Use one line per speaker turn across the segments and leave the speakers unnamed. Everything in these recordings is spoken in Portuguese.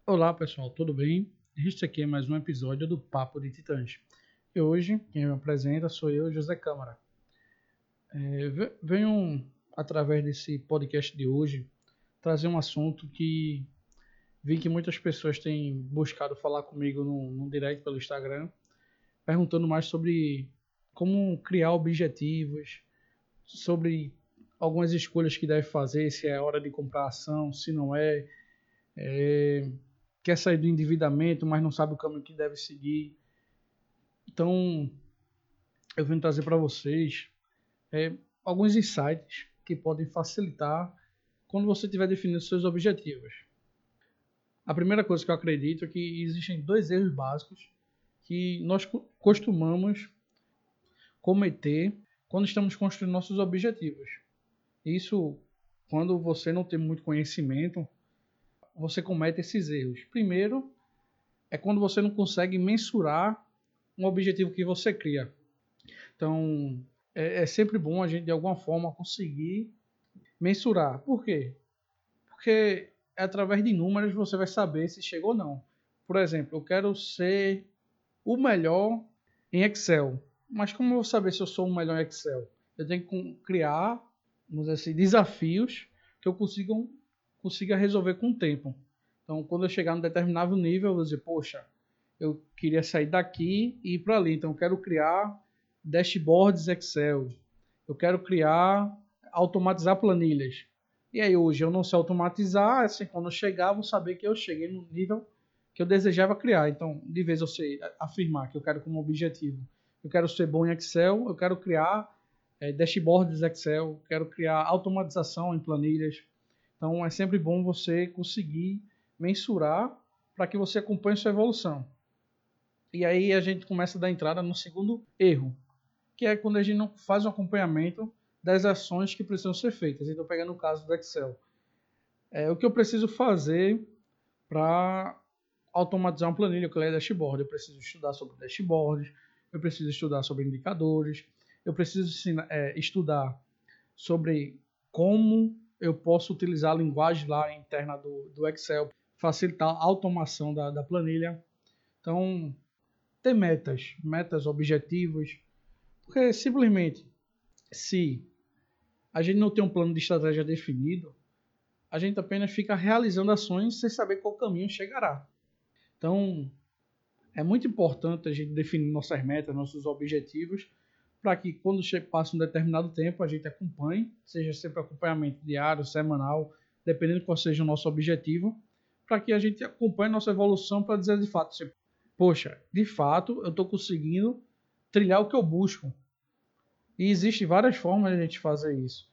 Olá pessoal, tudo bem? Este aqui é mais um episódio do Papo de Titãs. E hoje, quem me apresenta sou eu, José Câmara. Venho, através desse podcast de hoje, trazer um assunto que vi que muitas pessoas têm buscado falar comigo no direct pelo Instagram, perguntando mais sobre como criar objetivos, sobre algumas escolhas que deve fazer, se é hora de comprar ação, se não é, quer sair do endividamento, mas não sabe o caminho que deve seguir. Então, eu venho trazer para vocês alguns insights que podem facilitar quando você estiver definindo seus objetivos. A primeira coisa que eu acredito é que existem dois erros básicos que nós costumamos cometer quando estamos construindo nossos objetivos. Isso, quando você não tem muito conhecimento, você comete esses erros. Primeiro, é quando você não consegue mensurar um objetivo que você cria. Então, é sempre bom a gente, de alguma forma, conseguir mensurar. Por quê? Porque através de números você vai saber se chegou ou não. Por exemplo, eu quero ser o melhor em Excel. Mas como eu vou saber se eu sou o melhor em Excel? Eu tenho que criar, vamos dizer assim, desafios que eu consiga resolver com o tempo. Então, quando eu chegar num determinado nível, eu vou dizer, poxa, eu queria sair daqui e ir para ali. Então, eu quero criar dashboards Excel. Eu quero automatizar planilhas. E aí, hoje eu não sei automatizar, assim, quando eu chegar, eu vou saber que eu cheguei no nível que eu desejava criar. Então, de vez eu sei afirmar que eu quero como objetivo, eu quero ser bom em Excel, eu quero criar dashboards Excel, quero criar automatização em planilhas. Então, é sempre bom você conseguir mensurar para que você acompanhe sua evolução. E aí a gente começa a dar entrada no segundo erro, que é quando a gente não faz um acompanhamento das ações que precisam ser feitas. Então, pegando o caso do Excel. O que eu preciso fazer para automatizar uma planilha, que é dashboard? Eu preciso estudar sobre dashboards, eu preciso estudar sobre indicadores, eu preciso estudar sobre como eu posso utilizar a linguagem lá interna do Excel, facilitar a automação da planilha. Então, ter metas, objetivos, porque simplesmente, se a gente não tem um plano de estratégia definido, a gente apenas fica realizando ações sem saber qual caminho chegará. Então, é muito importante a gente definir nossas metas, nossos objetivos, para que quando passa um determinado tempo, a gente acompanhe, seja sempre acompanhamento diário, semanal, dependendo de qual seja o nosso objetivo, para que a gente acompanhe nossa evolução para dizer de fato, assim, poxa, de fato, eu estou conseguindo trilhar o que eu busco. E existem várias formas de a gente fazer isso.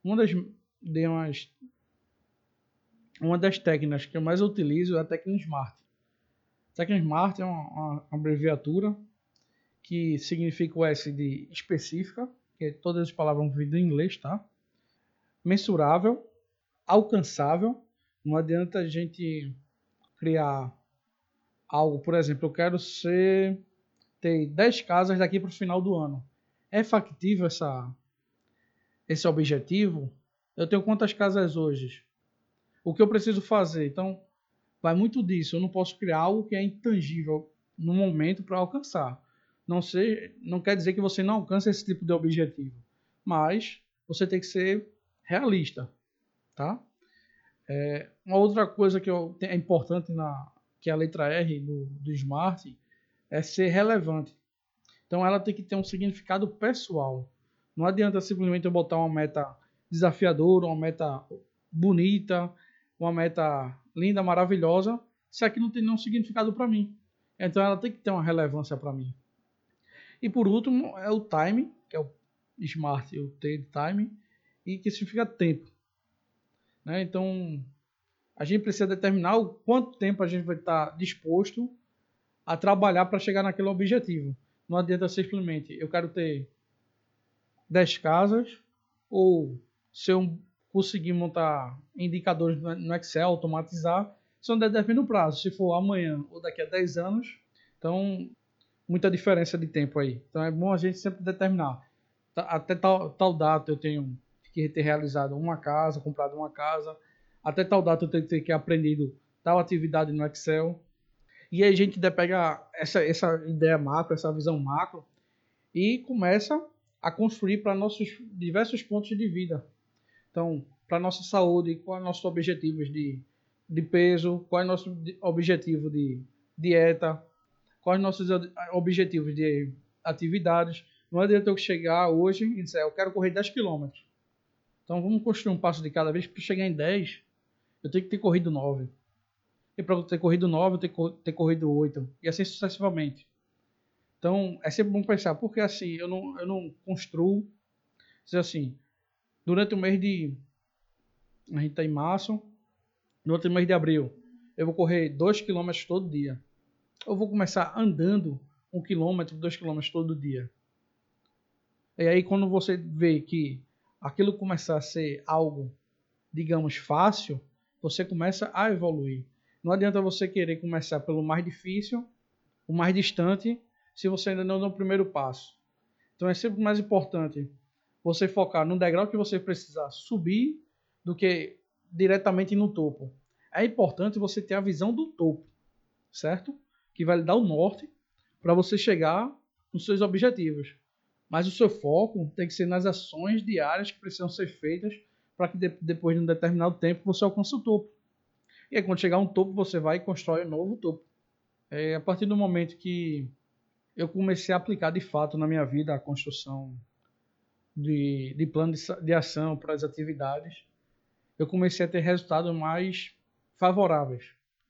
Uma das técnicas que eu mais utilizo é a técnica SMART. A técnica SMART é uma abreviatura que significa o S de específica, que todas as palavras vão vir do inglês, tá? Mensurável, alcançável. Não adianta a gente criar algo, por exemplo, eu quero ter 10 casas daqui para o final do ano. É factível esse objetivo? Eu tenho quantas casas hoje? O que eu preciso fazer? Então, vai muito disso. Eu não posso criar algo que é intangível no momento para alcançar. Não quer dizer que você não alcance esse tipo de objetivo, mas você tem que ser realista, tá? Uma outra coisa que é importante que é a letra R do Smart é ser relevante. Então ela tem que ter um significado pessoal. Não adianta simplesmente eu botar uma meta desafiadora, uma meta bonita, uma meta linda, maravilhosa, se aqui não tem nenhum significado para mim. Então ela tem que ter uma relevância para mim. E por último é o time, que é o Smart, o T de time, e que significa tempo. Né? Então a gente precisa determinar o quanto tempo a gente vai estar disposto a trabalhar para chegar naquele objetivo. Não adianta simplesmente eu quero ter 10 casas, ou se eu conseguir montar indicadores no Excel, automatizar, isso não determina o prazo. Se for amanhã ou daqui a 10 anos, então muita diferença de tempo aí. Então é bom a gente sempre determinar. Até tal data eu tenho que ter realizado uma casa, comprado uma casa. Até tal data eu tenho que ter aprendido tal atividade no Excel. E aí a gente pega essa ideia macro, essa visão macro, e começa a construir para nossos diversos pontos de vida. Então, para nossa saúde, quais nossos objetivos de peso, qual é o nosso objetivo de dieta, quais nossos objetivos de atividades. Não adianta eu chegar hoje e dizer, eu quero correr 10 quilômetros. Então vamos construir um passo de cada vez. Para chegar em 10, eu tenho que ter corrido 9. E para eu ter corrido 9, eu tenho que ter corrido 8. E assim sucessivamente. Então é sempre bom pensar, porque assim, eu não construo, dizer assim, durante o mês de... A gente está em março, durante o mês de abril, eu vou correr 2 quilômetros todo dia. Eu vou começar andando 1 quilômetro, 2 quilômetros todo dia. E aí quando você vê que aquilo começar a ser algo, digamos, fácil, você começa a evoluir. Não adianta você querer começar pelo mais difícil, o mais distante, se você ainda não deu o primeiro passo. Então é sempre mais importante você focar no degrau que você precisar subir do que diretamente no topo. É importante você ter a visão do topo, certo? Que vai lhe dar o norte para você chegar nos seus objetivos. Mas o seu foco tem que ser nas ações diárias que precisam ser feitas para que depois de um determinado tempo você alcance o topo. E aí quando chegar um topo, você vai e constrói um novo topo. A partir do momento que eu comecei a aplicar de fato na minha vida a construção de plano de ação para as atividades, eu comecei a ter resultados mais favoráveis.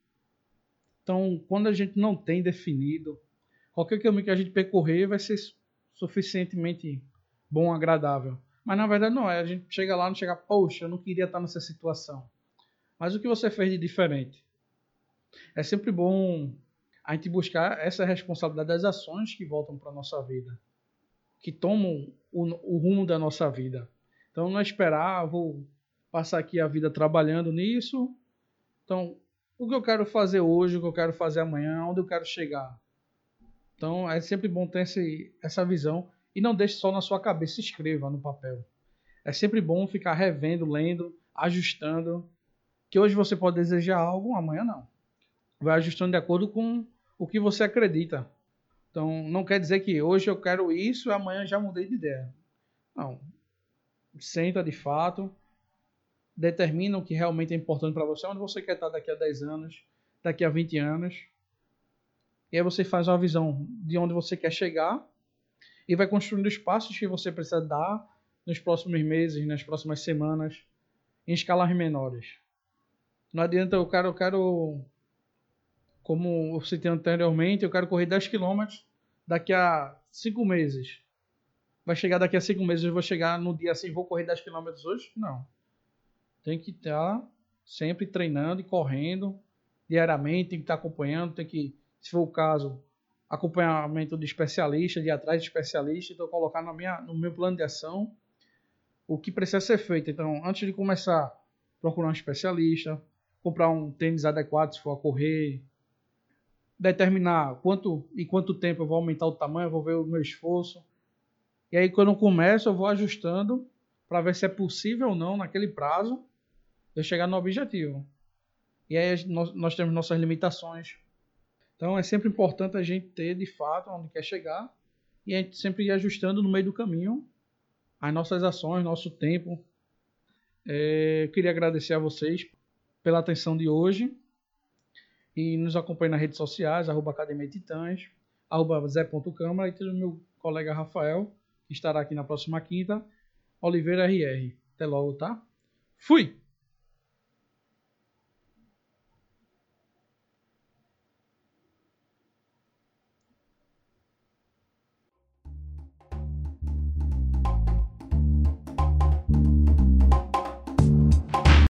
Então, quando a gente não tem definido, qualquer caminho que a gente percorrer vai ser suficientemente bom, agradável. Mas na verdade não é. A gente chega lá e não chega, poxa, eu não queria estar nessa situação. Mas o que você fez de diferente? É sempre bom a gente buscar essa responsabilidade das ações que voltam para a nossa vida, que tomam o rumo da nossa vida. Então não é esperar, vou passar aqui a vida trabalhando nisso. Então, o que eu quero fazer hoje, o que eu quero fazer amanhã, onde eu quero chegar. Então é sempre bom ter essa visão e não deixe só na sua cabeça, escreva no papel. É sempre bom ficar revendo, lendo, ajustando, que hoje você pode desejar algo, amanhã não. Vai ajustando de acordo com o que você acredita. Então não quer dizer que hoje eu quero isso e amanhã já mudei de ideia. Não. Senta de fato, determina o que realmente é importante para você, onde você quer estar daqui a 10 anos, daqui a 20 anos. E aí você faz uma visão de onde você quer chegar e vai construindo os passos que você precisa dar nos próximos meses, nas próximas semanas, em escalas menores. Não adianta eu quero, como eu citei anteriormente, eu quero correr 10 quilômetros daqui a 5 meses. Vai chegar daqui a 5 meses, eu vou chegar no dia assim, vou correr 10 quilômetros hoje? Não. Tem que estar sempre treinando e correndo diariamente, tem que estar acompanhando, tem que, se for o caso, acompanhamento de especialista, de ir atrás de especialista, então colocar no meu plano de ação o que precisa ser feito. Então, antes de começar, procurar um especialista, comprar um tênis adequado se for a correr, determinar quanto tempo eu vou aumentar o tamanho, eu vou ver o meu esforço. E aí, quando eu começo, eu vou ajustando para ver se é possível ou não, naquele prazo, eu chegar no objetivo. E aí nós temos nossas limitações. Então é sempre importante a gente ter de fato onde quer chegar e a gente sempre ir ajustando no meio do caminho as nossas ações, nosso tempo. Eu queria agradecer a vocês pela atenção de hoje e nos acompanhe nas redes sociais, @Academia Titãs, @Zé.Câmara e tem o meu colega Rafael, que estará aqui na próxima quinta, Oliveira RR. Até logo, tá? Fui!